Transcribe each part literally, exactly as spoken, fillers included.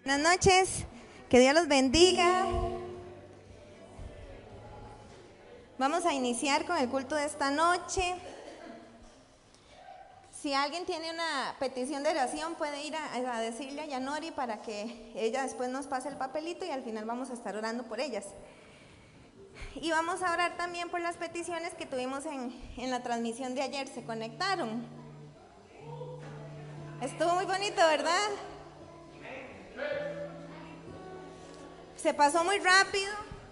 Buenas noches, que Dios los bendiga. Vamos a iniciar con el culto de esta noche. Si alguien tiene una petición de oración, puede ir a, a decirle a Yanori para que ella después nos pase el papelito y al final vamos a estar orando por ellas. Y vamos a orar también por las peticiones que tuvimos en, en la transmisión de ayer. Se conectaron. Estuvo muy bonito, ¿verdad? Se pasó muy rápido.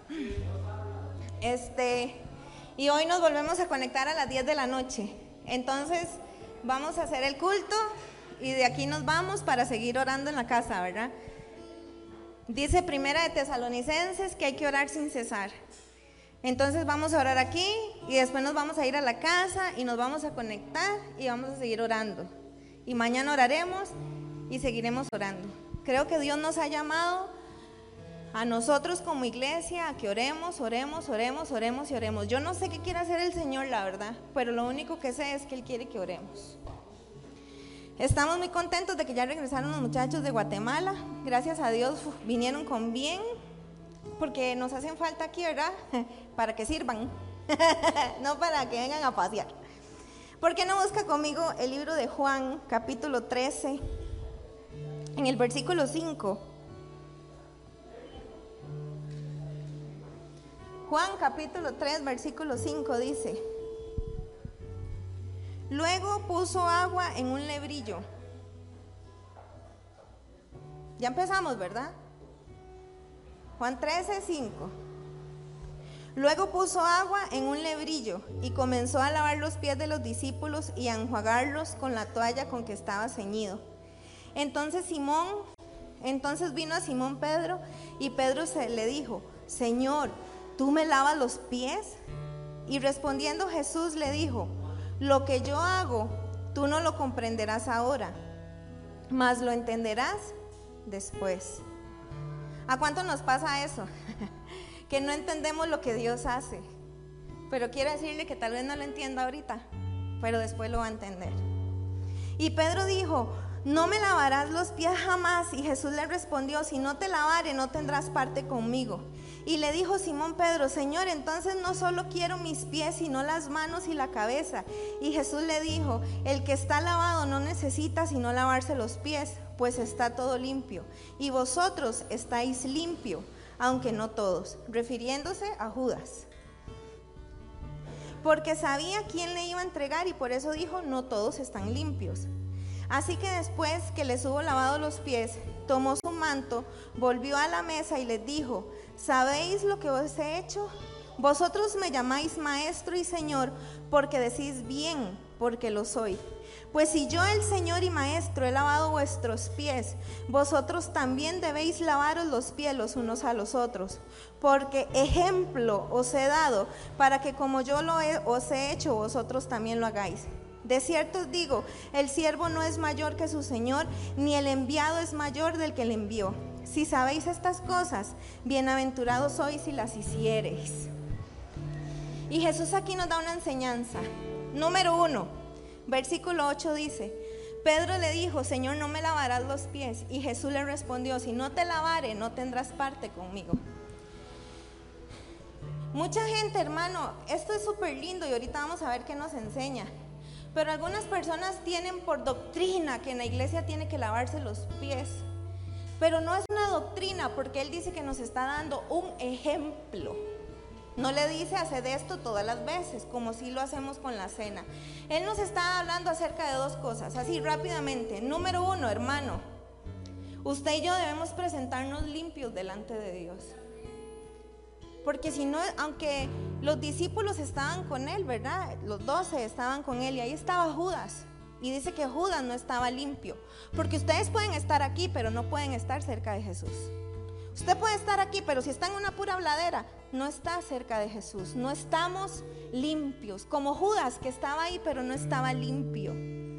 Este, y hoy nos volvemos a conectar a las diez de la noche. Entonces, vamos a hacer el culto y de aquí nos vamos para seguir orando en la casa, ¿verdad? Dice Primera de Tesalonicenses que hay que orar sin cesar. Entonces vamos a orar aquí y después nos vamos a ir a la casa y nos vamos a conectar y vamos a seguir orando. Y mañana oraremos y seguiremos orando. Creo que Dios nos ha llamado a nosotros como iglesia a que oremos, oremos, oremos, oremos y oremos. Yo no sé qué quiere hacer el Señor, la verdad, pero lo único que sé es que Él quiere que oremos. Estamos muy contentos de que ya regresaron los muchachos de Guatemala. Gracias a Dios vinieron con bien, porque nos hacen falta aquí, ¿verdad? Para que sirvan, no para que vengan a pasear. ¿Por qué no busca conmigo el libro de Juan, capítulo trece, en el versículo cinco? Juan capítulo tres, versículo cinco dice: luego puso agua en un lebrillo. Ya empezamos, ¿verdad? Juan trece, cinco. Luego puso agua en un lebrillo y comenzó a lavar los pies de los discípulos y a enjuagarlos con la toalla con que estaba ceñido. Entonces Simón, entonces vino a Simón Pedro y Pedro se le dijo: Señor, ¿tú me lavas los pies? Y respondiendo Jesús le dijo: lo que yo hago, tú no lo comprenderás ahora, mas lo entenderás después. ¿A cuánto nos pasa eso? Que no entendemos lo que Dios hace. Pero quiero decirle que tal vez no lo entienda ahorita, pero después lo va a entender. Y Pedro dijo: no me lavarás los pies jamás. Y Jesús le respondió: si no te lavare, no tendrás parte conmigo. Y le dijo Simón Pedro: Señor, entonces no solo quiero mis pies, sino las manos y la cabeza. Y Jesús le dijo: el que está lavado no necesita sino lavarse los pies, pues está todo limpio. Y vosotros estáis limpio, aunque no todos, refiriéndose a Judas. Porque sabía quién le iba a entregar y por eso dijo: no todos están limpios. Así que después que les hubo lavado los pies, tomó su manto, volvió a la mesa y les dijo: ¿sabéis lo que os he hecho? Vosotros me llamáis maestro y señor, porque decís bien, porque lo soy. Pues si yo, el Señor y Maestro, he lavado vuestros pies, vosotros también debéis lavaros los pies los unos a los otros. Porque ejemplo os he dado, para que como yo lo he, os he hecho, vosotros también lo hagáis. De cierto os digo, el siervo no es mayor que su Señor, ni el enviado es mayor del que le envió. Si sabéis estas cosas, bienaventurados sois si las hiciereis. Y Jesús aquí nos da una enseñanza. Número uno, versículo ocho dice: Pedro le dijo: Señor, no me lavarás los pies. Y Jesús le respondió: si no te lavare, no tendrás parte conmigo. Mucha gente, hermano, esto es súper lindo y ahorita vamos a ver qué nos enseña. Pero algunas personas tienen por doctrina que en la iglesia tiene que lavarse los pies. Pero no es una doctrina, porque Él dice que nos está dando un ejemplo. No le dice: haced esto todas las veces, como si lo hacemos con la cena. Él nos está hablando acerca de dos cosas, así rápidamente. Número uno, hermano, usted y yo debemos presentarnos limpios delante de Dios. Porque si no, aunque los discípulos estaban con Él, ¿verdad? Los doce estaban con Él y ahí estaba Judas. Y dice que Judas no estaba limpio. Porque ustedes pueden estar aquí, pero no pueden estar cerca de Jesús. Usted puede estar aquí, pero si está en una pura habladera, no está cerca de Jesús. No estamos limpios. Como Judas, que estaba ahí, pero no estaba limpio.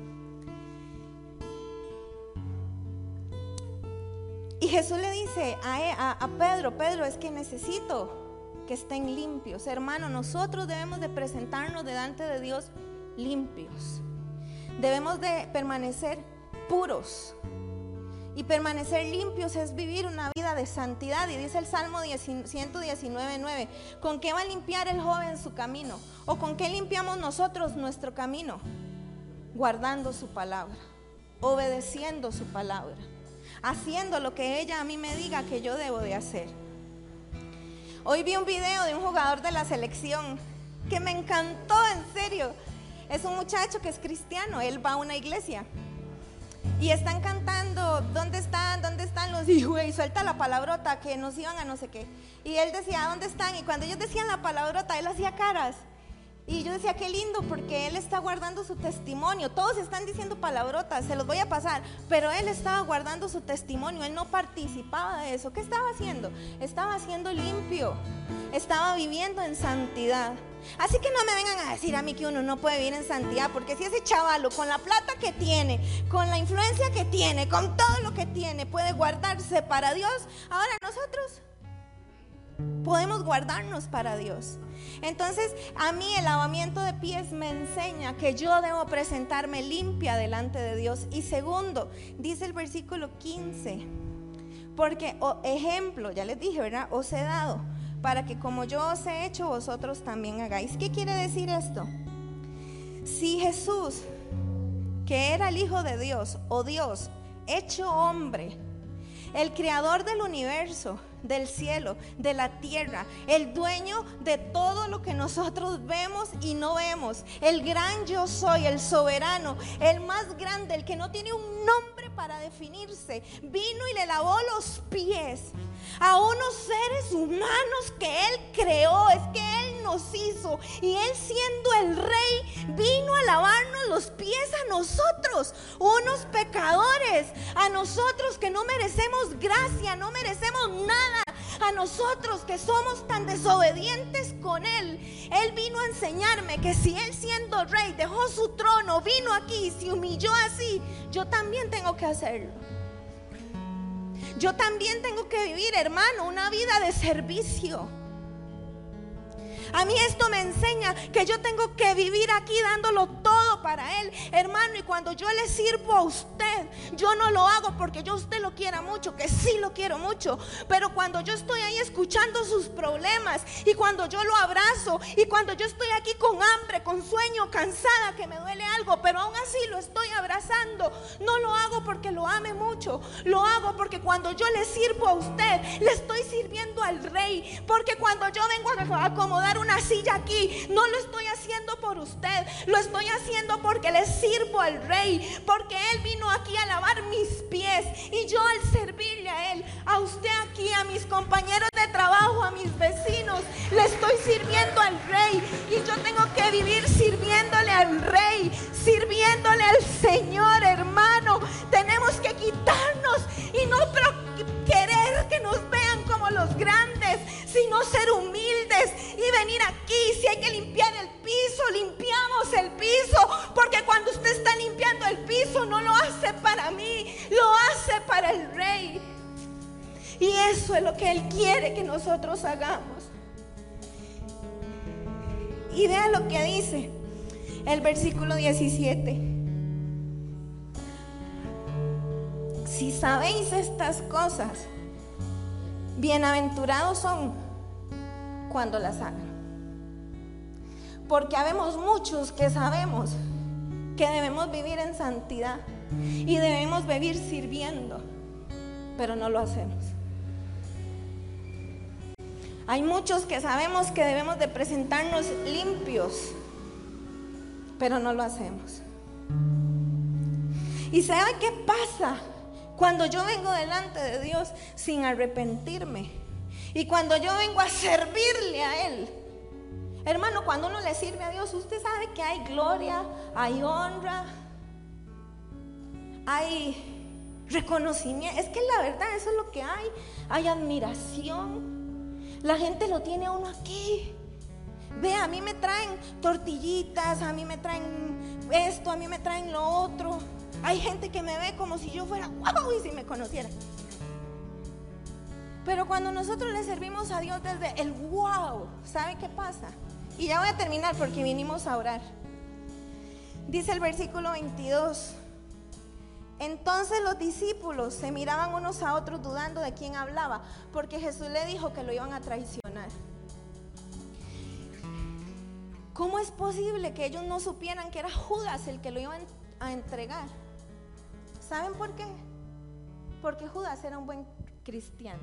Y Jesús le dice a, a, a Pedro: Pedro, es que necesito que estén limpios. Hermano, nosotros debemos de presentarnos delante de Dios limpios. Debemos de permanecer puros. Y permanecer limpios es vivir una vida de santidad. Y dice el Salmo ciento diecinueve, nueve: ¿con qué va a limpiar el joven su camino? ¿O con qué limpiamos nosotros nuestro camino? Guardando su palabra, obedeciendo su palabra, haciendo lo que ella a mí me diga que yo debo de hacer. Hoy vi un video de un jugador de la selección que me encantó, en serio. Es un muchacho que es cristiano, él va a una iglesia y están cantando: ¿dónde están? ¿Dónde están los hijos? Y suelta la palabrota que nos iban a no sé qué. Y él decía: ¿dónde están? Y cuando ellos decían la palabrota, él hacía caras. Y yo decía: qué lindo, porque él está guardando su testimonio. Todos están diciendo palabrotas, se los voy a pasar, pero él estaba guardando su testimonio. Él no participaba de eso. ¿Qué estaba haciendo? Estaba siendo limpio, estaba viviendo en santidad. Así que no me vengan a decir a mí que uno no puede vivir en santidad, porque si ese chavalo con la plata que tiene, con la influencia que tiene, con todo lo que tiene, puede guardarse para Dios, ahora nosotros podemos guardarnos para Dios. Entonces, a mí el lavamiento de pies me enseña que yo debo presentarme limpia delante de Dios. Y segundo, dice el versículo quince: porque oh, ejemplo, ya les dije, ¿verdad? Os he dado, para que como yo os he hecho, vosotros también hagáis. ¿Qué quiere decir esto? Si Jesús, que era el Hijo de Dios, o Dios hecho hombre, el creador del universo, del cielo, de la tierra, el dueño de todo lo que nosotros vemos y no vemos, el gran yo soy, el soberano, el más grande, el que no tiene un nombre para definirse, vino y le lavó los pies a unos seres humanos que Él creó. Es que Él nos hizo, y Él, siendo el Rey, vino a lavarnos los pies a nosotros, unos pecadores, a nosotros que no merecemos gracia, no merecemos nada, a nosotros que somos tan desobedientes con Él. Él vino a enseñarme que si Él, siendo Rey, dejó su trono, vino aquí y se humilló así, yo también tengo que hacerlo. Yo también tengo que vivir, hermano, una vida de servicio. A mí esto me enseña que yo tengo que vivir aquí dándolo todo para Él, hermano. Y cuando yo le sirvo a usted, yo no lo hago porque yo a usted lo quiera mucho, que sí lo quiero mucho, pero cuando yo estoy ahí escuchando sus problemas, y cuando yo lo abrazo, y cuando yo estoy aquí con hambre, con sueño, cansada, que me duele algo, pero aún así lo estoy abrazando, no lo hago porque lo ame mucho, lo hago porque cuando yo le sirvo a usted, le estoy sirviendo al Rey. Porque cuando yo vengo a acomodar una silla aquí, no lo estoy haciendo por usted, lo estoy haciendo porque le sirvo al Rey, porque Él vino aquí a lavar mis pies, y yo al servirle a Él, a usted aquí, a mis compañeros de trabajo, a mis vecinos, le estoy sirviendo al Rey. Y yo tengo que vivir sirviéndole al Rey, sirviéndole al Señor, hermano. Tenemos que quitarnos y no querer que nos vean como los grandes, sino ser humildes y venir aquí. Si hay que limpiar el piso, limpiamos el piso, porque cuando usted está limpiando el piso, no lo hace para mí, lo hace para el Rey. Y eso es lo que Él quiere que nosotros hagamos. Y vea lo que dice el versículo diecisiete: si sabéis estas cosas, bienaventurados son cuando las hagan. Porque habemos muchos que sabemos que debemos vivir en santidad y debemos vivir sirviendo, pero no lo hacemos. Hay muchos que sabemos que debemos de presentarnos limpios, pero no lo hacemos. ¿Y sabe qué pasa cuando yo vengo delante de Dios sin arrepentirme? Y cuando yo vengo a servirle a Él, hermano, cuando uno le sirve a Dios, usted sabe que hay gloria, hay honra, hay reconocimiento. Es que la verdad, eso es lo que hay. Hay admiración. La gente lo tiene a uno aquí. Ve, a mí me traen tortillitas, a mí me traen esto, a mí me traen lo otro. Hay gente que me ve como si yo fuera wow y si me conociera. Pero cuando nosotros le servimos a Dios desde el wow, ¿sabe qué pasa? Y ya voy a terminar porque vinimos a orar. Dice el versículo veintidós: Entonces los discípulos se miraban unos a otros dudando de quién hablaba, porque Jesús le dijo que lo iban a traicionar. ¿Cómo es posible que ellos no supieran que era Judas el que lo iba a entregar? ¿Saben por qué? Porque Judas era un buen cristiano.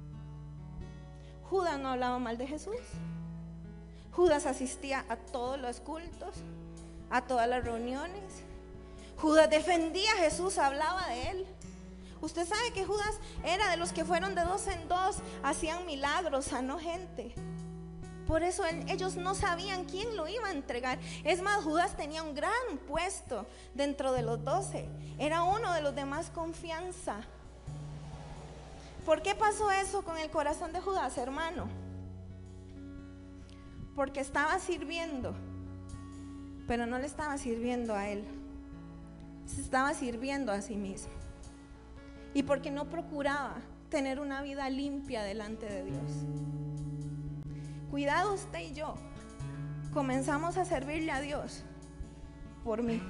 Judas no hablaba mal de Jesús. Judas asistía a todos los cultos, a todas las reuniones. Judas defendía a Jesús, hablaba de él. Usted sabe que Judas era de los que fueron de dos en dos, hacían milagros, sanó gente. Por eso él, ellos no sabían quién lo iba a entregar. Es más, Judas tenía un gran puesto dentro de los doce. Era uno de los de más confianza. ¿Por qué pasó eso con el corazón de Judas, hermano? Porque estaba sirviendo, pero no le estaba sirviendo a él. Se estaba sirviendo a sí mismo. Y porque no procuraba tener una vida limpia delante de Dios. Cuidado, usted y yo comenzamos a servirle a Dios por mí.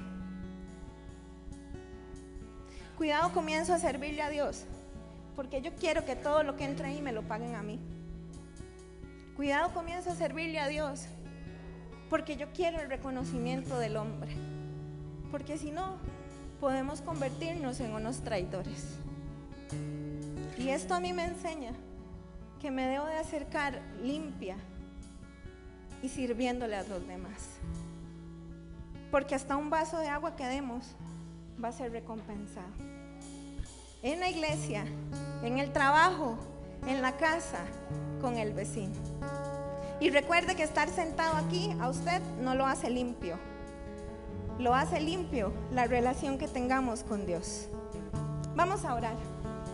Cuidado, comienzo a servirle a Dios porque yo quiero que todo lo que entre ahí me lo paguen a mí. Cuidado, comienzo a servirle a Dios porque yo quiero el reconocimiento del hombre. Porque si no, podemos convertirnos en unos traidores. Y esto a mí me enseña que me debo de acercar limpia y sirviéndole a los demás. Porque hasta un vaso de agua que demos va a ser recompensado. En la iglesia, en el trabajo, en la casa, con el vecino. Y recuerde que estar sentado aquí a usted no lo hace limpio. Lo hace limpio la relación que tengamos con Dios. Vamos a orar.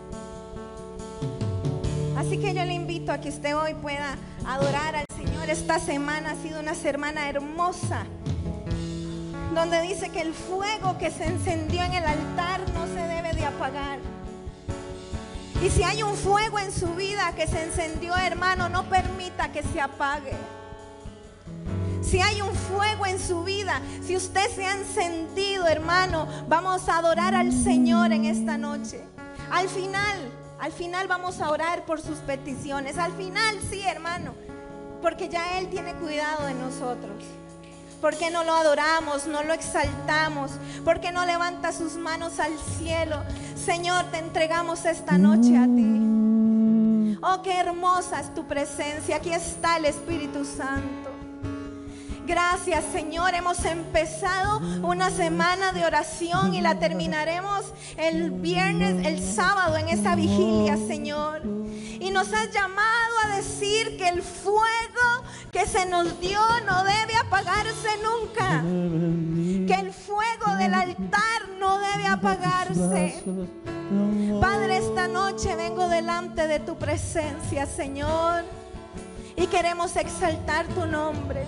Así que yo le invito a que usted hoy pueda adorar al Señor. Esta semana ha sido una semana hermosa, donde dice que el fuego que se encendió en el altar no se debe de apagar. Y si hay un fuego en su vida que se encendió, hermano, no permita que se apague. Si hay un fuego en su vida, si usted se ha encendido, hermano, vamos a adorar al Señor en esta noche. Al final, al final vamos a orar por sus peticiones. Al final, sí, hermano, porque ya Él tiene cuidado de nosotros. Porque no lo adoramos, no lo exaltamos, porque no levanta sus manos al cielo. Señor, te entregamos esta noche a ti. Oh, qué hermosa es tu presencia. Aquí está el Espíritu Santo. Gracias, Señor. Hemos empezado una semana de oración y la terminaremos el viernes, el sábado en esa vigilia, Señor. Y nos has llamado a decir que el fuego que se nos dio no debe apagarse nunca. Que el fuego del altar no debe apagarse. Padre, esta noche vengo delante de tu presencia, Señor, y queremos exaltar tu nombre.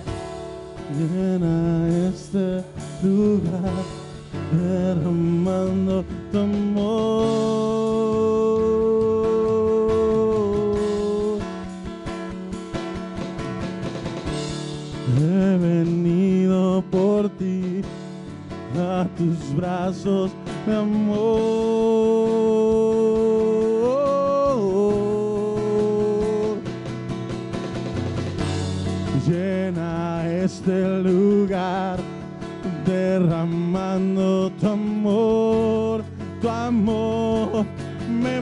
Llena este lugar derramando tu amor. He venido por ti a tus brazos de amor. Llena este lugar derramando tu amor, tu amor me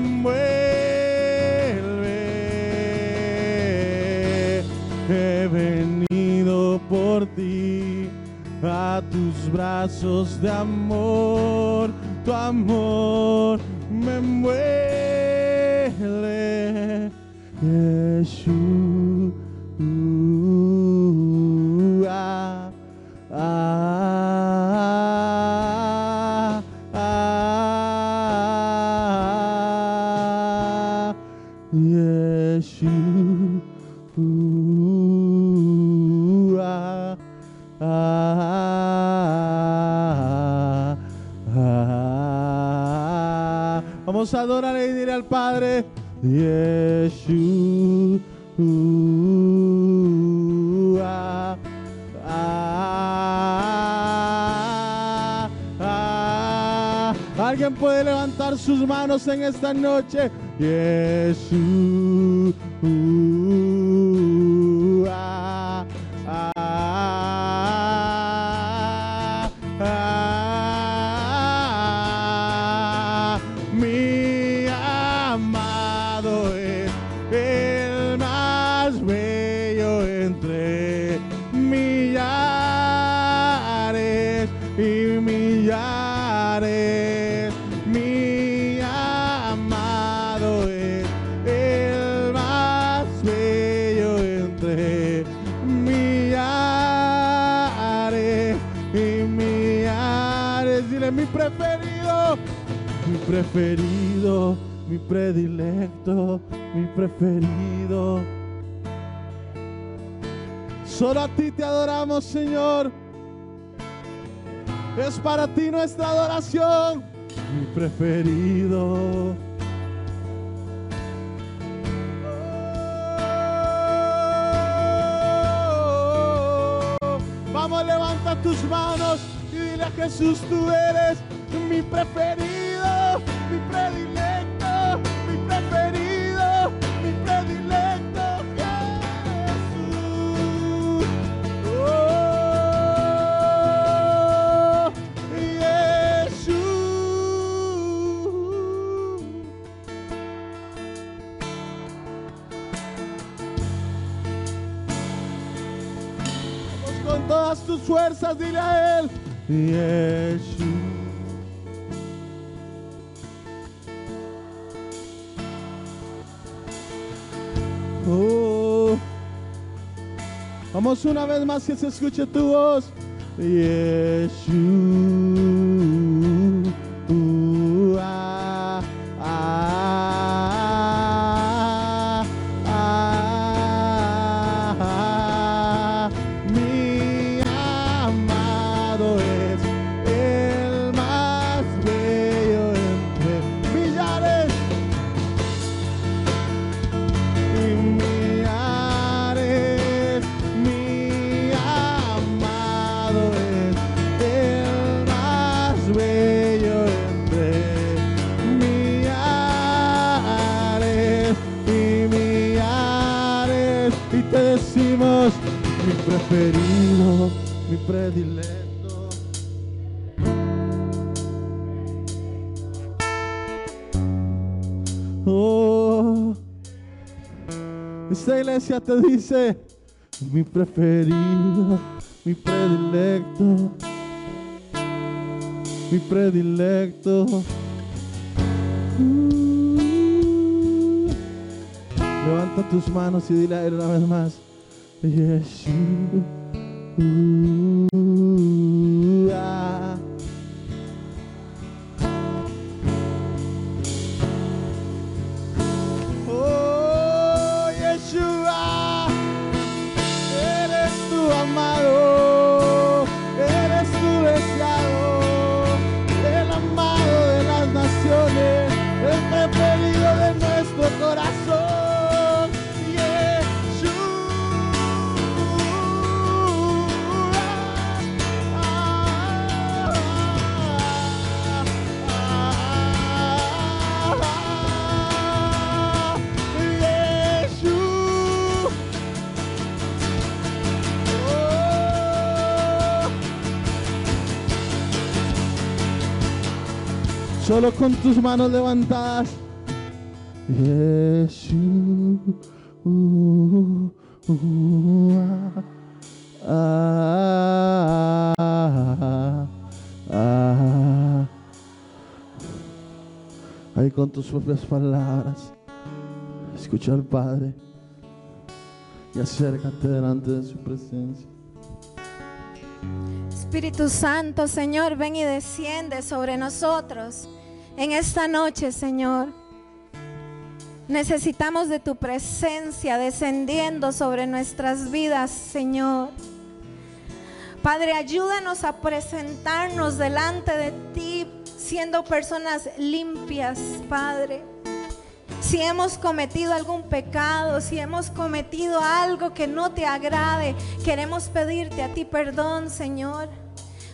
envuelve. He venido por ti a tus brazos de amor, tu amor me envuelve. Jesús. Ah, ah, ah, Yeshua, ah, ah, ah. Vamos a adorar y decir al Padre, Yeshua. Ah, ah, ah, Alguien puede levantar sus manos en esta noche. Jesús. Ah, ah, ah, mi amado es el más bello entre millares y millares. Mi amado es el más bello entre millares y millares. Dile: mi preferido, mi preferido, mi predilecto, mi preferido. Solo a ti te adoramos, Señor. Es para ti nuestra adoración. Mi preferido. Oh, vamos, levanta tus manos y dile a Jesús: tú eres mi preferido, mi predilecto, mi preferido, mi predilecto, Jesús. Oh, Jesús. Vamos con todas tus fuerzas, dile a Él: Jesús. Oh. Vamos una vez más, que se escuche tu voz. Jesús. Ah, ah, ah, ah. Mi amado es el más bello entre millares y millares. Mi amado es el más bello entre millares y millares. Y te decimos: mi preferido, mi predilecto. Oh, esta iglesia te dice: mi preferido, mi predilecto, mi predilecto. Uh, levanta tus manos y dile a Él una vez más: Jesús. Uh, ah. Oh, Yeshua, eres tu amado, eres tu deseado, el amado de las naciones, el preferido de nuestro corazón. Yeshua. Ah, ah, ah, ah, Yeshua. Oh. Solo con tus manos levantadas. Jesús. Uh, uh, ah, ah, ah. Ahí con tus propias palabras, escucha al Padre y acércate delante de su presencia. Espíritu Santo, Señor, ven y desciende sobre nosotros en esta noche, Señor. Necesitamos de tu presencia descendiendo sobre nuestras vidas, Señor. Padre, ayúdanos a presentarnos delante de ti siendo personas limpias, Padre. Si hemos cometido algún pecado, si hemos cometido algo que no te agrade, queremos pedirte a ti perdón, Señor.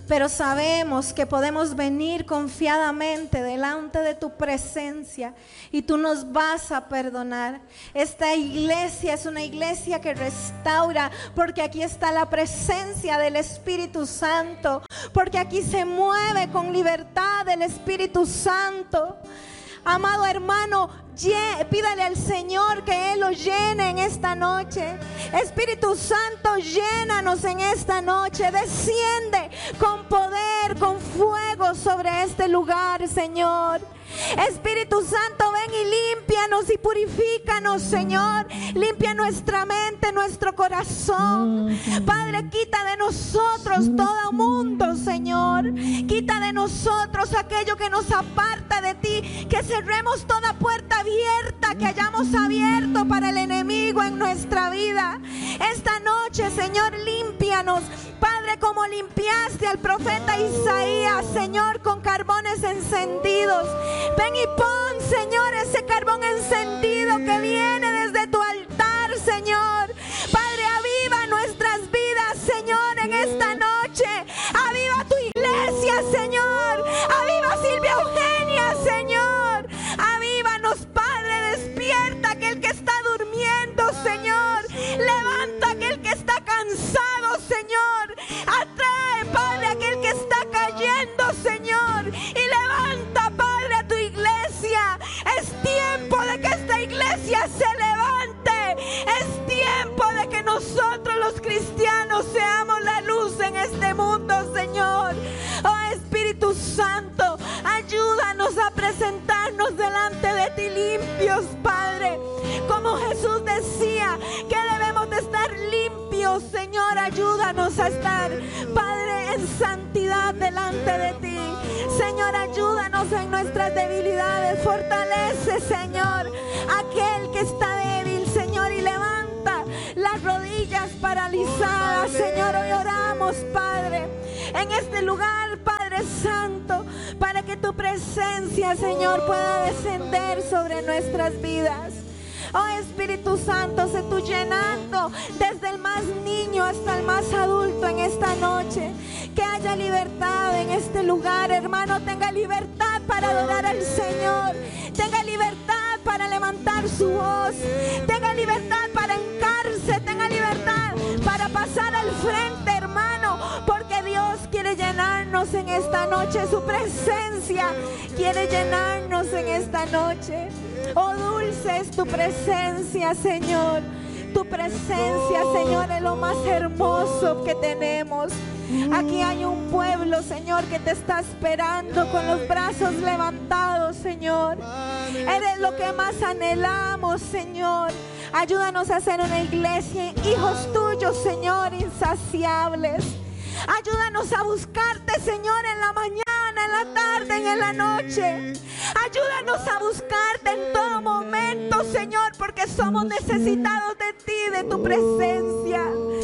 pero sabemos que podemos venir confiadamente delante de tu presencia y tú nos vas a perdonar. Esta iglesia es una iglesia que restaura, porque aquí está la presencia del Espíritu Santo, porque aquí se mueve con libertad el Espíritu Santo. Amado hermano, pídale al Señor que Él lo llene en esta noche. Espíritu Santo, llénanos en esta noche. Desciende con poder, con fuego sobre este lugar, Señor. Espíritu Santo, ven y límpianos y purifícanos, Señor. Limpia nuestra mente, nuestro corazón. Padre, quita de nosotros todo mundo, Señor. Quita de nosotros aquello que nos aparta de ti. Que cerremos toda puerta abierta que hayamos abierto para el enemigo en nuestra vida. Esta noche, Señor, límpianos, Padre, como limpiaste al profeta Isaías, Señor, con carbones encendidos. Ven y pon, Señor, ese carbón encendido que viene desde tu altar, Señor. Padre, aviva nuestras vidas, Señor, en esta noche. Aviva tu iglesia, Señor. Aviva Silvia Eugenia, Señor. Avívanos, Padre, despierta aquel que está durmiendo, Señor. Levanta aquel que está cansado, Señor. Atrae, Padre, aquel que está cayendo, Señor. Y levanta, Padre, a tu iglesia. Es tiempo de que esta iglesia se levante. Es tiempo de que nosotros los cristianos seamos la luz en este mundo, Señor. Oh Espíritu Santo, ayúdanos a presentarnos delante de ti limpios, Padre. Como Jesús decía que debemos de estar limpios, Señor, ayúdanos a estar, Padre, en santidad delante de ti. Señor, ayúdanos en nuestras debilidades. Fortalece, Señor, aquel que está débil, Señor, y levanta las rodillas paralizadas. Señor, hoy oramos, Padre, en este lugar, Padre Santo, para que tu presencia, Señor, pueda descender sobre nuestras vidas. Oh Espíritu Santo, sé tú llenando desde el más niño hasta el más adulto en esta noche. Que haya libertad en este lugar, hermano. Tenga libertad para adorar al Señor. Tenga libertad para levantar su voz. Tenga libertad para hincarse. Tenga libertad para pasar al frente, hermano. Porque Dios quiere llenarnos en esta noche. Su presencia quiere llenarnos en esta noche. Oh, dulce es tu presencia, Señor. Tu presencia, Señor, es lo más hermoso que tenemos. Aquí hay un pueblo, Señor, que te está esperando con los brazos levantados, Señor. Eres lo que más anhelamos, Señor. Ayúdanos a ser una iglesia, hijos tuyos, Señor, insaciables. Ayúdanos a buscarte, Señor, en la mañana, en la tarde, en la noche. Ayúdanos a buscarte en todo momento, Señor, porque somos necesitados de ti, de tu presencia.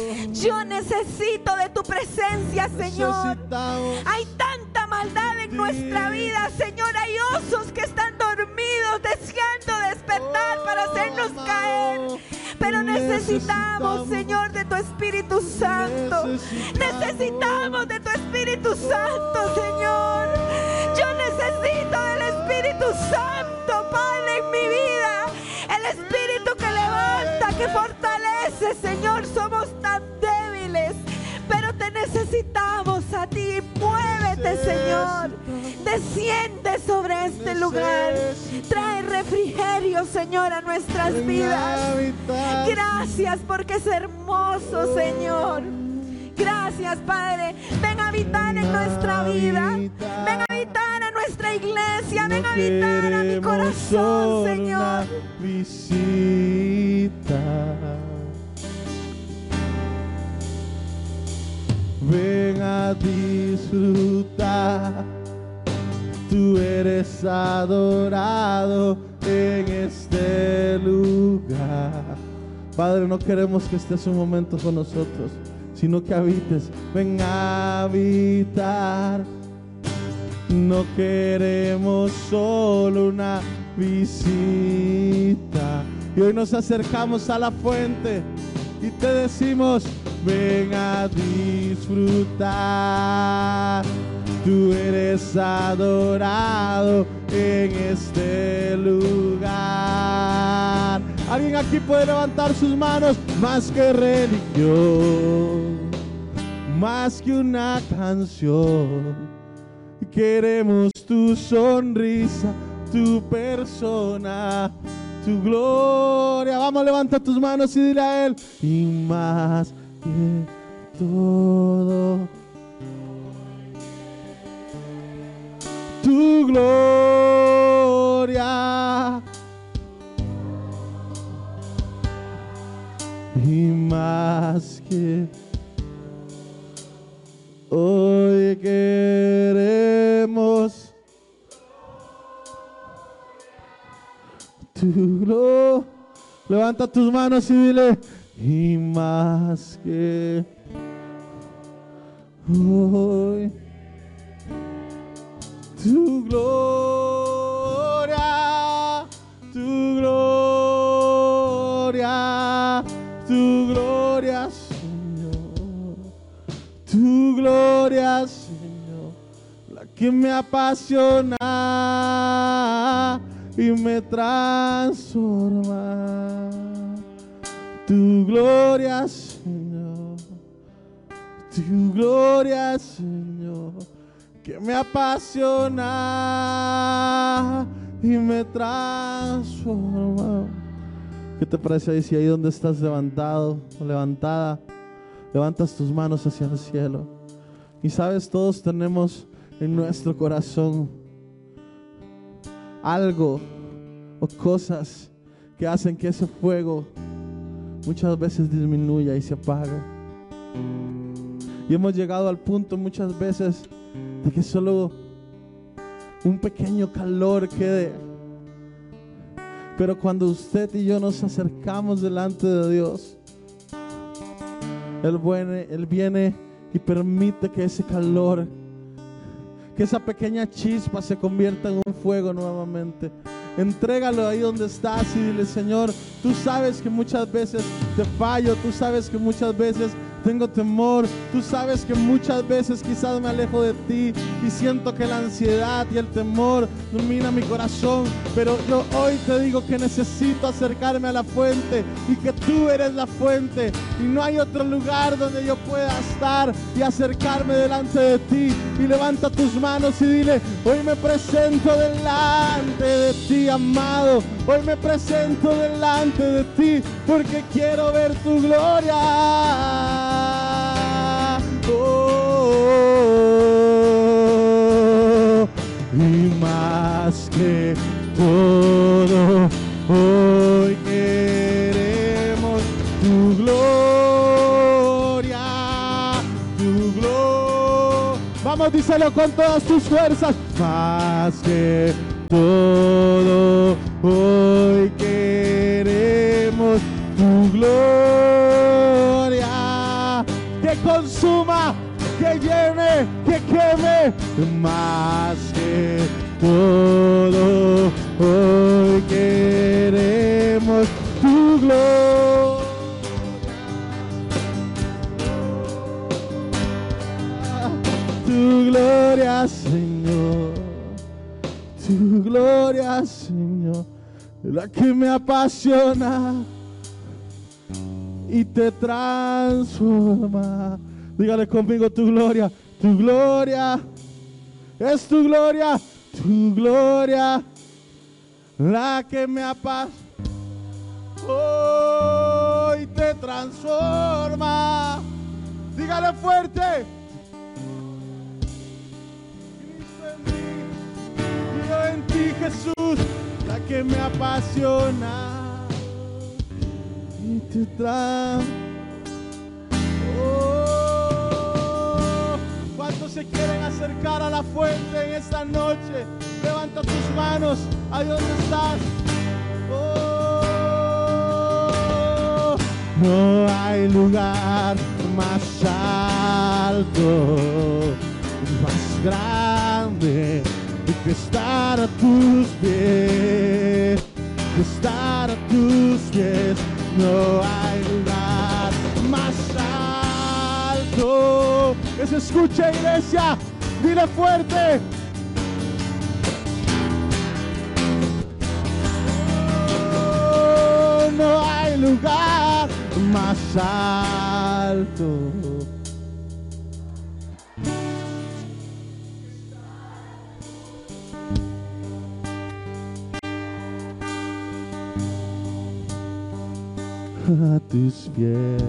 Yo necesito de tu presencia, Señor. Hay tanta maldad en nuestra vida, Señor. Hay osos que están dormidos, deseando despertar para hacernos caer. Pero necesitamos, Señor, de tu Espíritu Santo. Necesitamos de tu Espíritu Santo, Señor. Yo necesito del Espíritu Santo, Padre, en mi vida. El Espíritu que levanta, que fortalece, Señor. Somos tan débiles, pero te necesitamos a ti. Muévete, Señor. Desciende sobre este lugar. Trae refrigerio, Señor, a nuestras vidas. Gracias porque es hermoso, Señor. Gracias, Padre. Ven a habitar en nuestra vida. Ven a habitar en nuestra iglesia. Ven a habitar a mi corazón, Señor. Visita. Ven a disfrutar. Tú eres adorado en este lugar. Padre, no queremos que estés un momento con nosotros, sino que habites. Ven a habitar. No queremos solo una visita. Y hoy nos acercamos a la fuente y te decimos: ven a disfrutar. Tú eres adorado en este lugar. ¿Alguien aquí puede levantar sus manos? Más que religión, más que una canción, queremos tu sonrisa, tu persona, tu gloria. Vamos, levanta tus manos y dile a Él: y más que todo, tu gloria. Y más que hoy queremos tu gloria. Levanta tus manos y dile: y más que hoy, tu gloria, tu gloria, tu gloria, Señor, tu gloria, Señor, la que me apasiona y me transforma. Tu gloria, Señor, tu gloria, Señor, que me apasiona y me transforma. ¿Qué te parece ahí si ahí donde estás levantado o levantada, levantas tus manos hacia el cielo? Y sabes, todos tenemos en nuestro corazón algo o cosas que hacen que ese fuego muchas veces disminuya y se apaga. Y hemos llegado al punto muchas veces de que solo un pequeño calor quede. Pero cuando usted y yo nos acercamos delante de Dios, Él viene, Él viene y permite que ese calor, que esa pequeña chispa se convierta en un fuego nuevamente. Entrégalo ahí donde estás y dile: Señor, tú sabes que muchas veces te fallo, tú sabes que muchas veces tengo temor, tú sabes que muchas veces quizás me alejo de ti y siento que la ansiedad y el temor domina mi corazón, pero yo hoy te digo que necesito acercarme a la fuente y que tú eres la fuente y no hay otro lugar donde yo pueda estar y acercarme delante de ti. Y levanta tus manos y dile: hoy me presento delante de ti, amado, hoy me presento delante de ti porque quiero ver tu gloria. Oh, oh, oh, y más que todo, hoy queremos tu gloria, tu gloria. Vamos, díselo con todas tus fuerzas. Más que todo, hoy queremos tu gloria, que consuma, que llene, que queme. Más que todo, hoy queremos tu gloria, tu gloria, Señor, tu gloria, Señor, la que me apasiona y te transforma. Dígale conmigo: tu gloria, tu gloria, es tu gloria, tu gloria, la que me apasiona, hoy te transforma. Dígale fuerte: Cristo en mí, yo en ti, Jesús, la que me apasiona y te transforma. Oh, ¿cuántos se quieren acercar a la fuente en esta noche? Levanta tus manos ahí donde estás. Oh, no hay lugar más alto, más grande que estar a tus pies, que estar a tus pies. No hay lugar más alto. Oh, que se escuche, iglesia, dile fuerte. Oh, no hay lugar más alto. A tus pies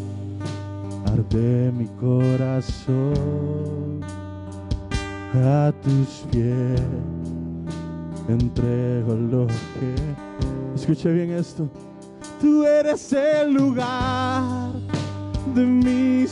arde mi corazón, a tus pies entrego lo que... Escuche bien esto. Tú eres el lugar de mi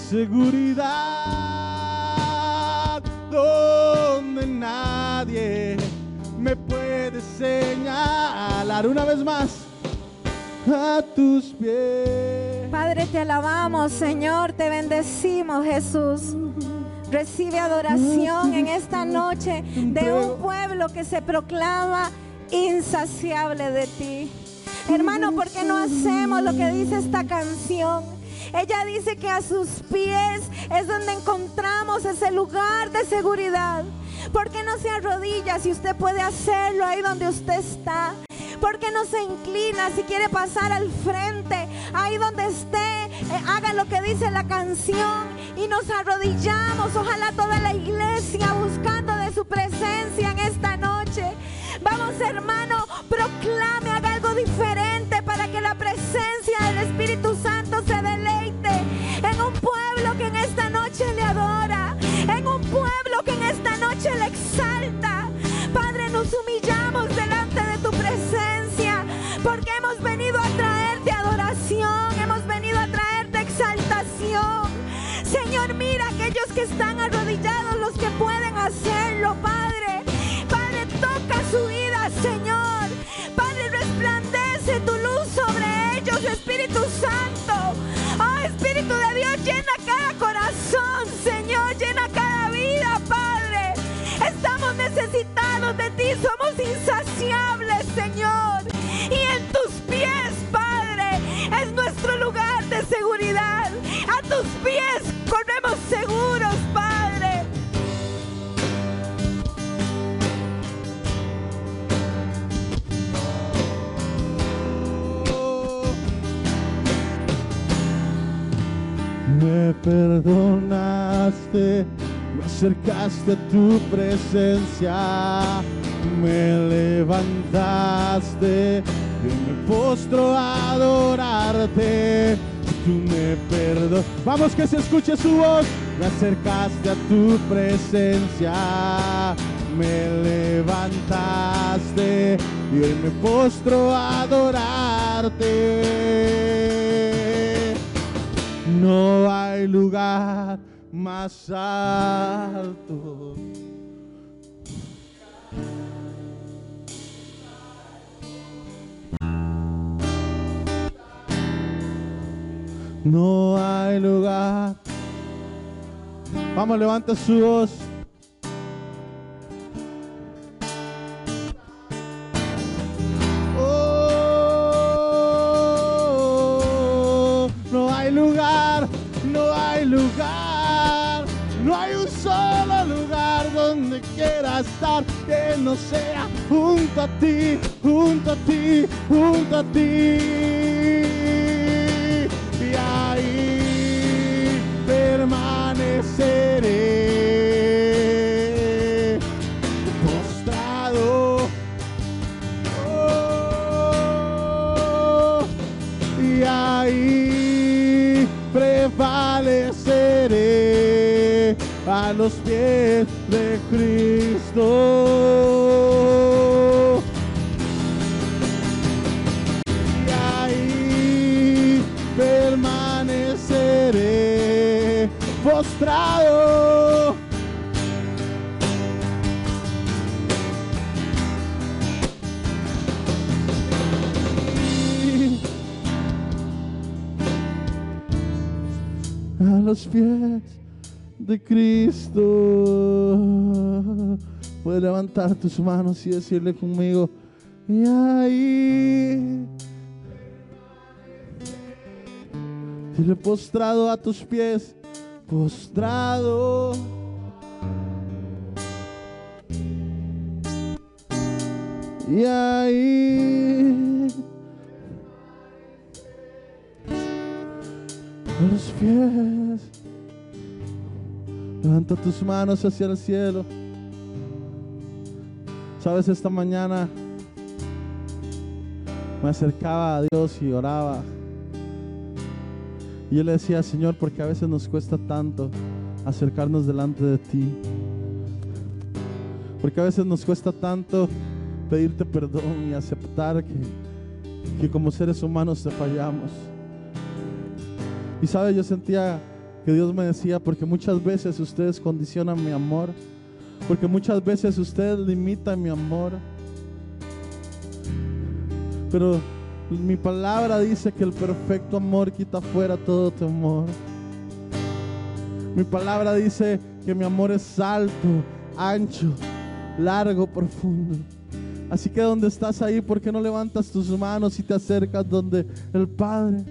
seguridad, donde nadie me puede señalar. Una vez más, a tus pies. Padre, te alabamos, Señor, te bendecimos, Jesús. Recibe adoración en esta noche de un pueblo que se proclama insaciable de ti. Hermano, ¿por qué no hacemos lo que dice esta canción? Ella dice que a sus pies es donde encontramos ese lugar de seguridad. ¿Por qué no se arrodilla si usted puede hacerlo ahí donde usted está? ¿Por qué no se inclina si quiere pasar al frente? Ahí donde esté, eh, haga lo que dice la canción y nos arrodillamos. Ojalá toda la iglesia buscando de su presencia en esta noche. Vamos, hermano, proclame, haga algo diferente para que la presencia del Espíritu Santo se deleite en un pueblo que en esta noche le adora, en un pueblo que en esta noche le exalta. Padre, nos humillamos delante de tu presencia porque hemos venido a traerte adoración, hemos venido a traerte exaltación. Señor, mira aquellos que están arrodillados, los que pueden hacerlo, Padre. Padre, toca su vida, Señor. Padre, resplandece tu luz sobre ellos, Espíritu Santo. Oh, Espíritu de Dios, llena cada corazón, Señor, llena cada vida, Padre. Estamos necesitados de ti, somos insaciables, Señor. Y en tus pies, Padre, es nuestro lugar de seguridad. A tus pies corremos seguros, Padre. Me perdonaste, me acercaste a tu presencia, me levantaste y me postro a adorarte. Tú me perdonas. Vamos, que se escuche su voz. Me acercaste a tu presencia, me levantaste y hoy me postro a adorarte. No hay lugar más alto. No hay lugar. Vamos, levanta su voz. Oh, no hay lugar, no hay lugar, no hay un solo lugar donde quiera estar que no sea junto a ti, junto a ti, junto a ti. Y ahí permaneceré postrado. Oh, y ahí prevaleceré a los pies de Cristo. Permaneceré postrado. A los pies de Cristo. Puedes levantar tus manos y decirle conmigo: y ahí. Dile: postrado a tus pies, postrado. Y ahí a los pies, levanta tus manos hacia el cielo. Sabes, esta mañana me acercaba a Dios y oraba. Y yo le decía: Señor, porque a veces nos cuesta tanto acercarnos delante de ti. Porque a veces nos cuesta tanto pedirte perdón y aceptar que, que como seres humanos te fallamos. Y sabes, yo sentía que Dios me decía: porque muchas veces ustedes condicionan mi amor, porque muchas veces ustedes limitan mi amor, pero mi palabra dice que el perfecto amor quita fuera todo temor. Mi palabra dice que mi amor es alto, ancho, largo, profundo. Así que donde estás ahí, ¿por qué no levantas tus manos y te acercas donde el Padre?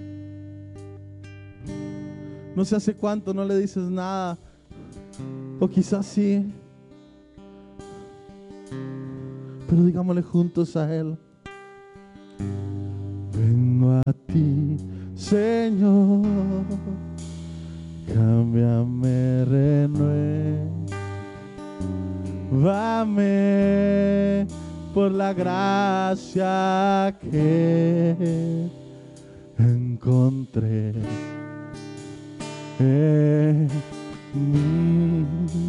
No sé hace cuánto no le dices nada, o quizás sí, pero digámosle juntos a Él: vengo a ti, Señor, cámbiame, renuévame por la gracia que encontré en mí.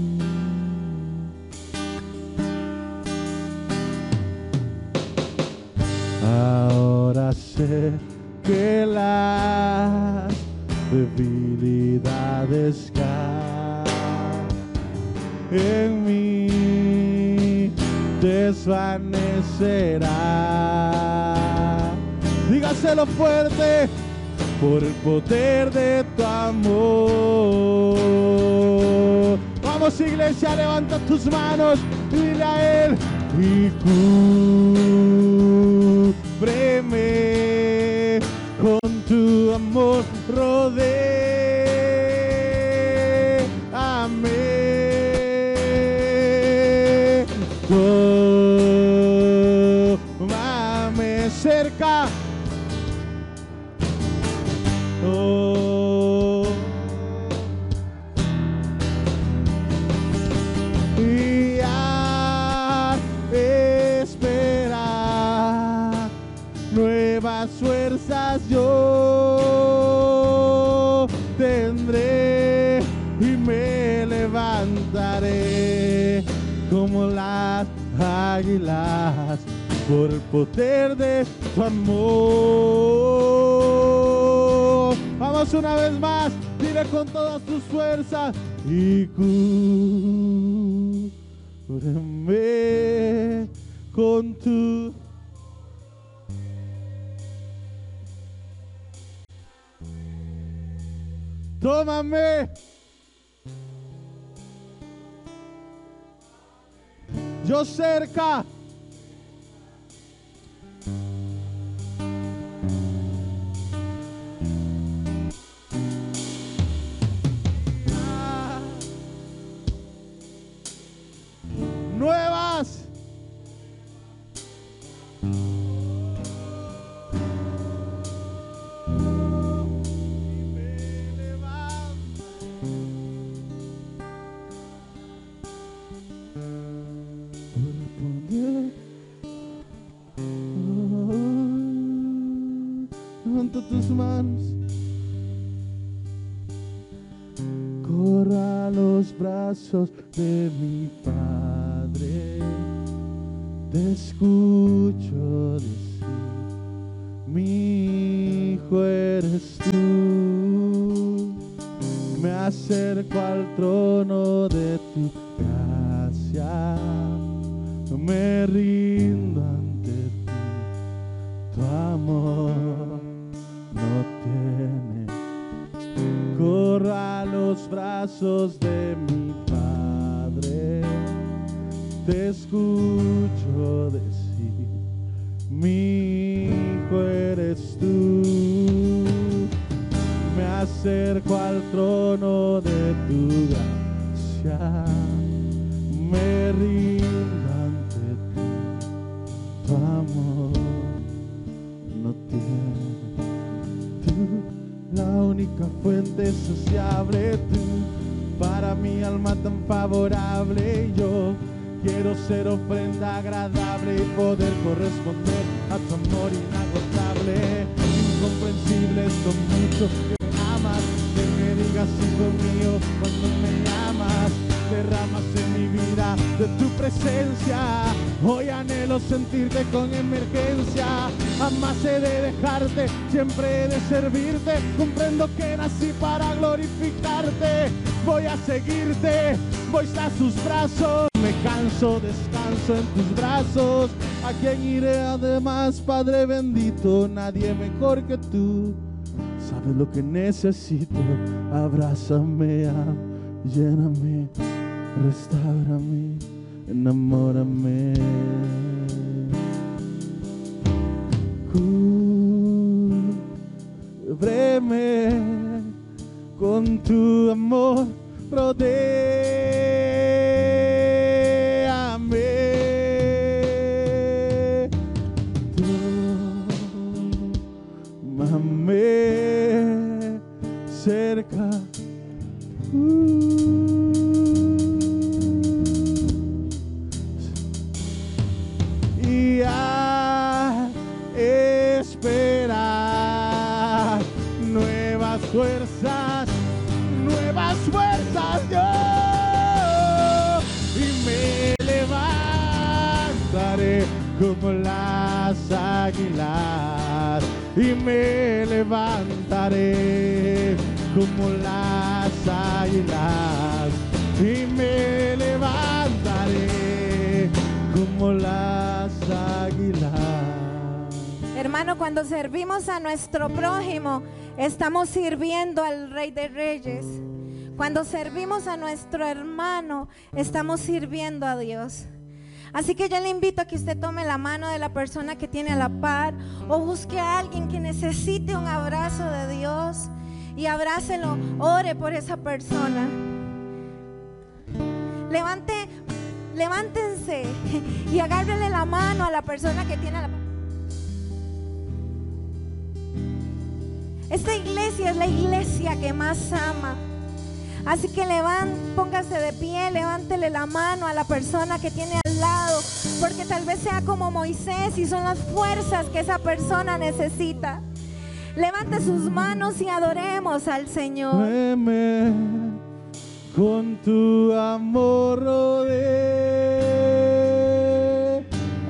Ahora sé que las debilidades caen en mí, desvanecerá. Dígaselo fuerte: por el poder de tu amor. Vamos, iglesia, levanta tus manos y dile a Él: y cúbreme con tu amor, rodéame, tómame cerca. Oh, y a esperar nuevas fuerzas yo tendré y me levantaré como las águilas por el poder de tu amor. Vamos una vez más, dile con todas tus fuerzas: y cúbreme con tu tómame, yo cerca. Nuevas. Levanta tus manos. Corra a los brazos de mi Padre. Te escucho decir: mi hijo eres tú. Me acerco al trono de tu gracia. Me rindo ante ti. Tu amor no tiene. Corra a los brazos de mi Padre. Te escucho decir: mi hijo eres tú. Me has acerco al trono de tu gracia, me rindo ante ti, tu amor no tiene. Tú, la única fuente saciable, tú, para mi alma tan favorable. Yo quiero ser ofrenda agradable y poder corresponder a tu amor inagotable. Incomprensible es lo mucho que me amas, que me digas hijo mío cuando me llamas. Derramas en mi vida de tu presencia. Hoy anhelo sentirte con emergencia. Jamás he de dejarte, siempre he de servirte. Comprendo que nací para glorificarte. Voy a seguirte, voy a tus brazos. Me canso, descanso en tus brazos. ¿A quién iré además, Padre bendito? Nadie mejor que tú. Sabes lo que necesito. Abrázame, lléname, restáurame, enamórame. Cúbreme con tu amor, rodéame, tómame cerca. Y a esperar nuevas fuerzas, nuevas fuerzas yo, y me levantaré como las águilas, y me levantaré como las águilas, y me levantaré como las águilas. Hermano, cuando servimos a nuestro prójimo, estamos sirviendo al Rey de Reyes. Cuando servimos a nuestro hermano, estamos sirviendo a Dios. Así que yo le invito a que usted tome la mano de la persona que tiene a la par, o busque a alguien que necesite un abrazo de Dios y abrácelo, ore por esa persona. Levante, levántense y agárrele la mano a la persona que tiene a la par. Esta iglesia es la iglesia que más ama. Así que levante, póngase de pie, levántele la mano a la persona que tiene al lado, porque tal vez sea como Moisés y son las fuerzas que esa persona necesita. Levante sus manos y adoremos al Señor. Veme con tu amor, rodéame,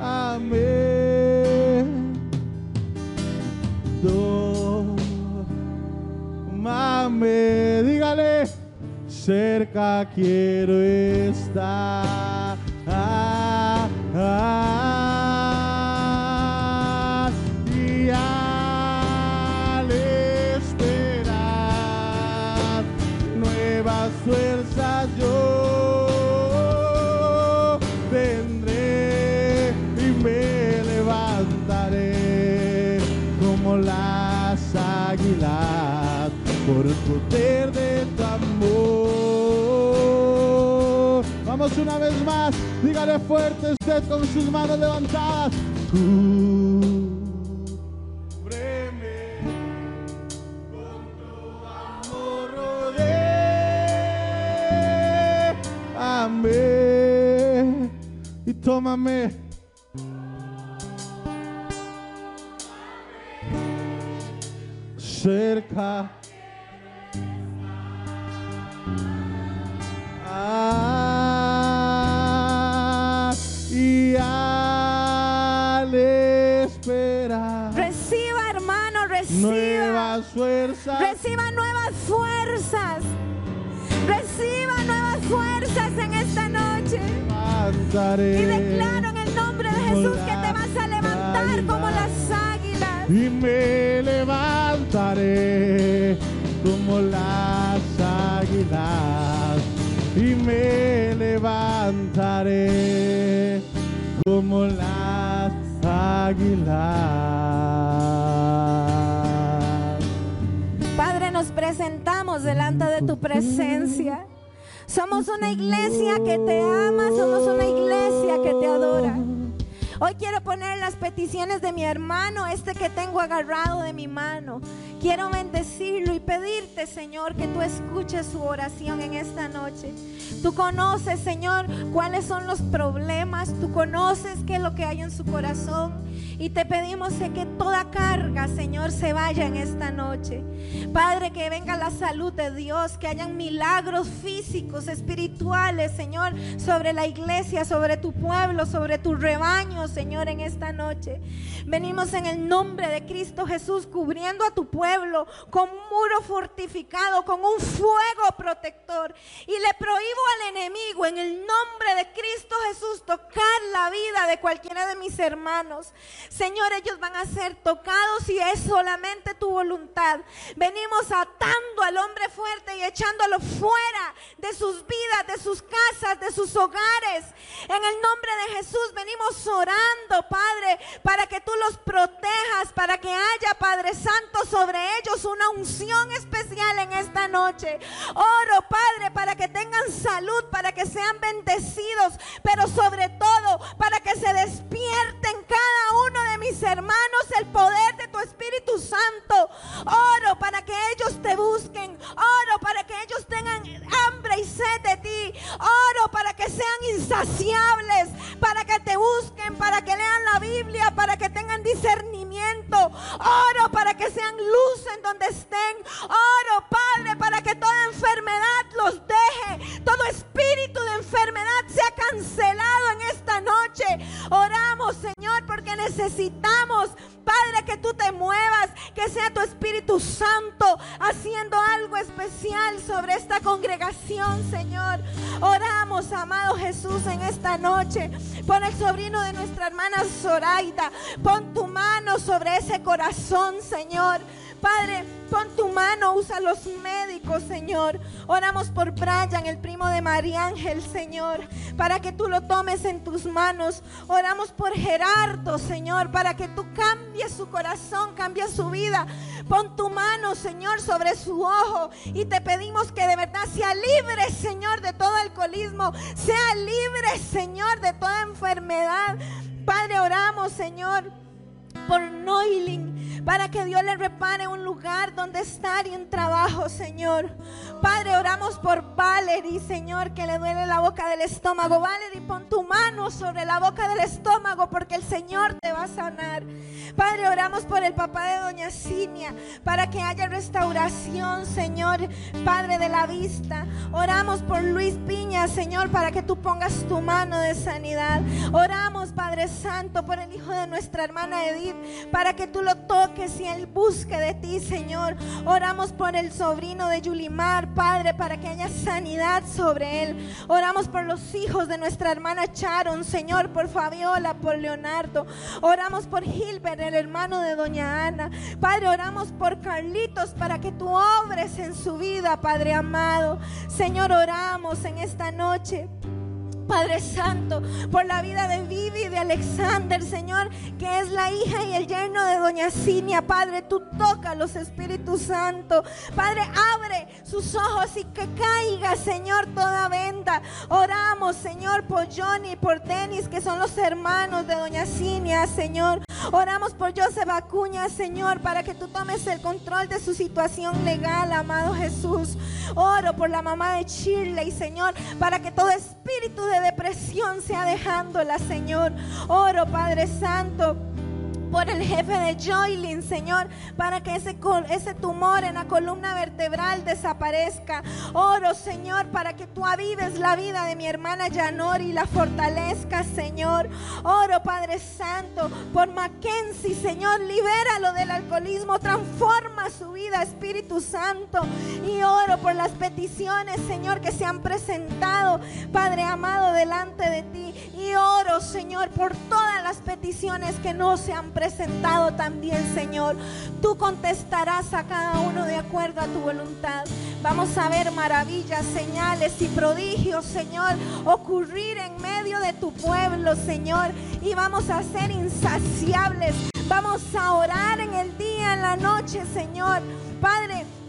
tómame, dígale, cerca quiero estar. Ah, ah, y al esperar nuevas fuerzas yo tendré y me levantaré como las águilas por el poder de tu amor. Vamos una vez más, dígale fuerte usted con sus manos levantadas. Cúbreme con tu amor, rodéame y tómame. Cerca. Ah, y al esperar Reciba, hermano, reciba. nuevas fuerzas. Reciba nuevas fuerzas. Reciba nuevas fuerzas en esta noche. Levantaré Y declaro en el nombre de Jesús que te vas a levantar como las águilas. y me levantaré como las águilas y me levantaré como las águilas. Padre, nos presentamos venimos delante de tu presencia. Somos una iglesia que te ama, somos una iglesia que te adora. Hoy quiero poner las peticiones de mi hermano, este que tengo agarrado de mi mano. Quiero bendecirlo y pedirte, Señor, que tú escuches su oración en esta noche. Tú conoces, Señor, cuáles son los problemas. Tú conoces qué es lo que hay en su corazón. Y te pedimos que toda carga, Señor, se vaya en esta noche. Padre, que venga la salud de Dios, que hayan milagros físicos, espirituales, Señor, sobre la iglesia, sobre tu pueblo, sobre tu rebaño, Señor, en esta noche. Venimos en el nombre de Cristo Jesús, cubriendo a tu pueblo con un muro fortificado, con un fuego protector. Y le prohíbo al enemigo, en el nombre de Cristo Jesús, tocar la vida de cualquiera de mis hermanos. Señor, ellos van a ser tocados y es solamente tu voluntad. Venimos atando al hombre fuerte y echándolo fuera de sus vidas, de sus casas, de sus hogares. En el nombre de Jesús venimos orando, Padre, para que tú los protejas, para que haya, Padre Santo, sobre ellos una unción especial en esta noche. Oro, Padre, para que tengan salud, para que sean bendecidos, pero sobre todo para que se despierten cada uno de mis hermanos el poder de tu Espíritu Santo. Oro para que ellos te busquen. Oro para que ellos tengan hambre y sed de ti. Oro para que sean insaciables, para que te busquen, para que lean la Biblia, para que tengan discernimiento. Oro para que sean luz en donde estén. Oro, Padre, para que toda enfermedad los deje. Todo espíritu de enfermedad sea cancelado en esta noche. Oramos, Señor, porque necesitamos, Padre, que tú te muevas, que sea tu Espíritu Santo haciendo algo especial sobre esta congregación, Señor. Oramos, amado Jesús, en esta noche por el sobrino de nuestra hermana Zoraida. Pon tu mano sobre ese corazón, Señor. Padre, pon tu mano, usa los médicos, Señor. Oramos por Brian, el primo de María Ángel, Señor, para que tú lo tomes en tus manos. Oramos por Gerardo, Señor, para que tú cambies su corazón, cambies su vida. Pon tu mano, Señor, sobre su ojo y te pedimos que de verdad sea libre, Señor, de todo alcoholismo. Sea libre, Señor, de toda enfermedad. Padre, oramos, Señor, por Noilin, para que Dios le repare un lugar donde estar y un trabajo, Señor. Padre, oramos por Valerie, Señor, que le duele la boca del estómago. Valerie, pon tu mano sobre la boca del estómago, porque el Señor te va a sanar. Padre, oramos por el papá de doña Cinia, para que haya restauración, Señor, Padre, de la vista. Oramos por Luis Piña, Señor, para que tú pongas tu mano de sanidad. Oramos, Padre Santo, por el hijo de nuestra hermana Edith, para que tú lo toques y él busque de ti, Señor. Oramos por el sobrino de Yulimar, Padre, para que haya sanidad sobre él. Oramos por los hijos de nuestra hermana Sharon, Señor, por Fabiola, por Leonardo. Oramos por Gilbert, el hermano de doña Ana. Padre, oramos por Carlitos, para que tú obres en su vida, Padre amado. Señor, oramos en esta noche, Padre Santo, por la vida de Vivi y de Alexander, Señor, que es la hija y el yerno de doña Cinia. Padre, tú toca los Espíritus Santo. Padre, abre sus ojos y que caiga, Señor, toda venda. Oramos, Señor, por Johnny y por Denis, que son los hermanos de doña Cinia, Señor. Oramos por Joseph Acuña, Señor, para que tú tomes el control de su situación legal, amado Jesús. Oro por la mamá de Shirley, Señor, para que todo espíritu de depresión sea dejándola, Señor. Oro, Padre Santo, por el jefe de Joylin, Señor, para que ese, ese tumor en la columna vertebral desaparezca. Oro, Señor, para que tú avives la vida de mi hermana Yanori y la fortalezcas, Señor. Oro, Padre Santo, por Mackenzie, Señor, libéralo del alcoholismo, transforma su vida, Espíritu Santo. Y oro por las peticiones, Señor, que se han presentado, Padre amado, delante de ti. Y oro, Señor, por todas las peticiones que no se han presentado presentado también, Señor. Tú contestarás a cada uno de acuerdo a tu voluntad. Vamos a ver maravillas, señales y prodigios, Señor, ocurrir en medio de tu pueblo, Señor, y vamos a ser insaciables. Vamos a orar en el día, en la noche, Señor. Padre,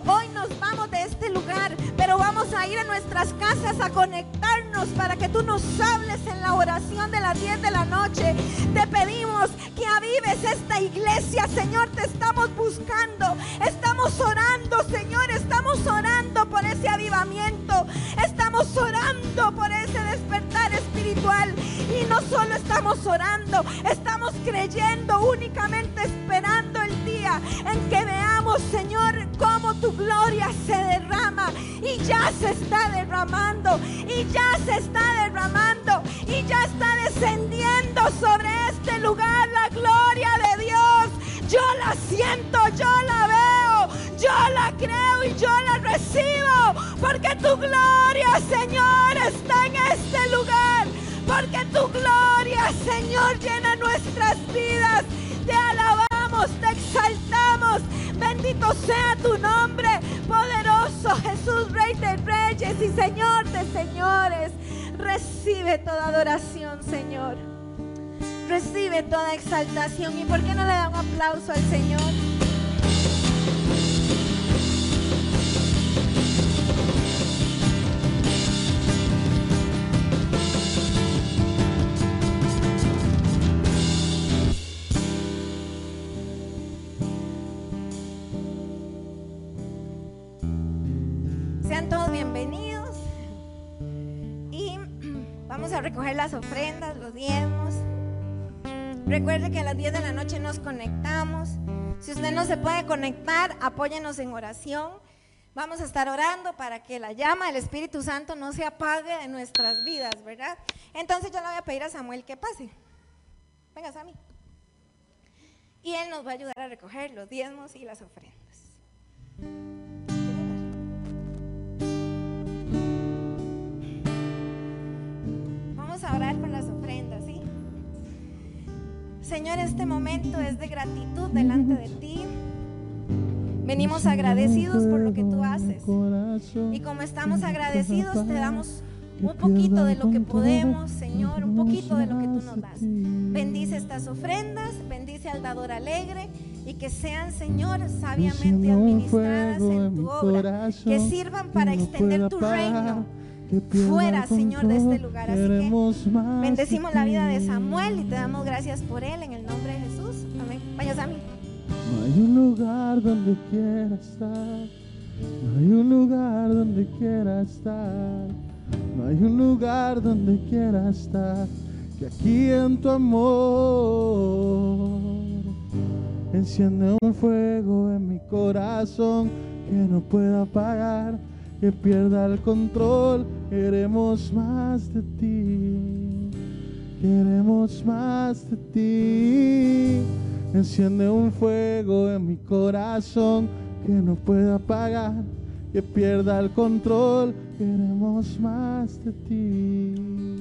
hoy nos vamos de este lugar, pero vamos a ir a nuestras casas a conectarnos para que tú nos hables en la oración de las diez de la noche. Te pedimos que avives esta iglesia, Señor, te estamos buscando, estamos orando, Señor, estamos orando por ese avivamiento, estamos orando por ese despertar espiritual, y no solo estamos orando, estamos creyendo, únicamente esperando el día en que veamos, Señor, cómo tu gloria se derrama, y ya se está derramando, y ya se está derramando, y ya está descendiendo sobre este lugar la gloria de Dios. Yo la siento, yo la veo, yo la creo y yo la recibo, porque tu gloria, Señor, está en este lugar, porque tu gloria, Señor, llena nuestras vidas. Te alabamos, te exaltamos, bendito sea tu nombre, poderoso Jesús, Rey de Reyes y Señor de Señores. Recibe toda adoración, Señor, recibe toda exaltación. ¿Y por qué no le da un aplauso al Señor? Sean todos bienvenidos y vamos a recoger las ofrendas, los diezmos. Recuerde que a las diez de la noche nos conectamos. Si usted no se puede conectar, apóyenos en oración. Vamos a estar orando para que la llama del Espíritu Santo no se apague de nuestras vidas, ¿verdad? Entonces yo le voy a pedir a Samuel que pase. Venga, Sammy. Y él nos va a ayudar a recoger los diezmos y las ofrendas. Vamos a orar por las ofrendas, ¿sí? Señor, este momento es de gratitud delante de ti. Venimos agradecidos por lo que tú haces. Y como estamos agradecidos, te damos un poquito de lo que podemos, Señor, un poquito de lo que tú nos das. Bendice estas ofrendas, bendice al dador alegre, y que sean, Señor, sabiamente administradas en tu obra, que sirvan para extender tu reino fuera, Señor, de este lugar. Así que bendecimos la vida de Samuel y te damos gracias por él en el nombre de Jesús. Amén. Vaya, Sammy. No hay un lugar donde quiera estar, no hay un lugar donde quiera estar, no hay un lugar donde quiera estar, que aquí en tu amor enciende un fuego en mi corazón que no pueda apagar, que pierda el control. Queremos más de ti, queremos más de ti. Enciende un fuego en mi corazón que no pueda apagar, que pierda el control. Queremos más de ti.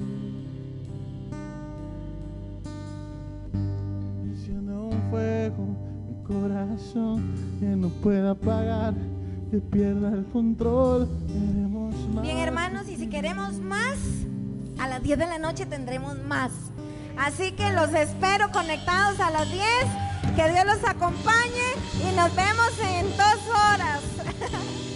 Enciende un fuego en mi corazón que no pueda apagar, que pierda el control. Queremos más. Bien, hermanos, y si queremos más, a las diez de la noche tendremos más. Así que los espero conectados a las diez. Que Dios los acompañe y nos vemos en dos horas.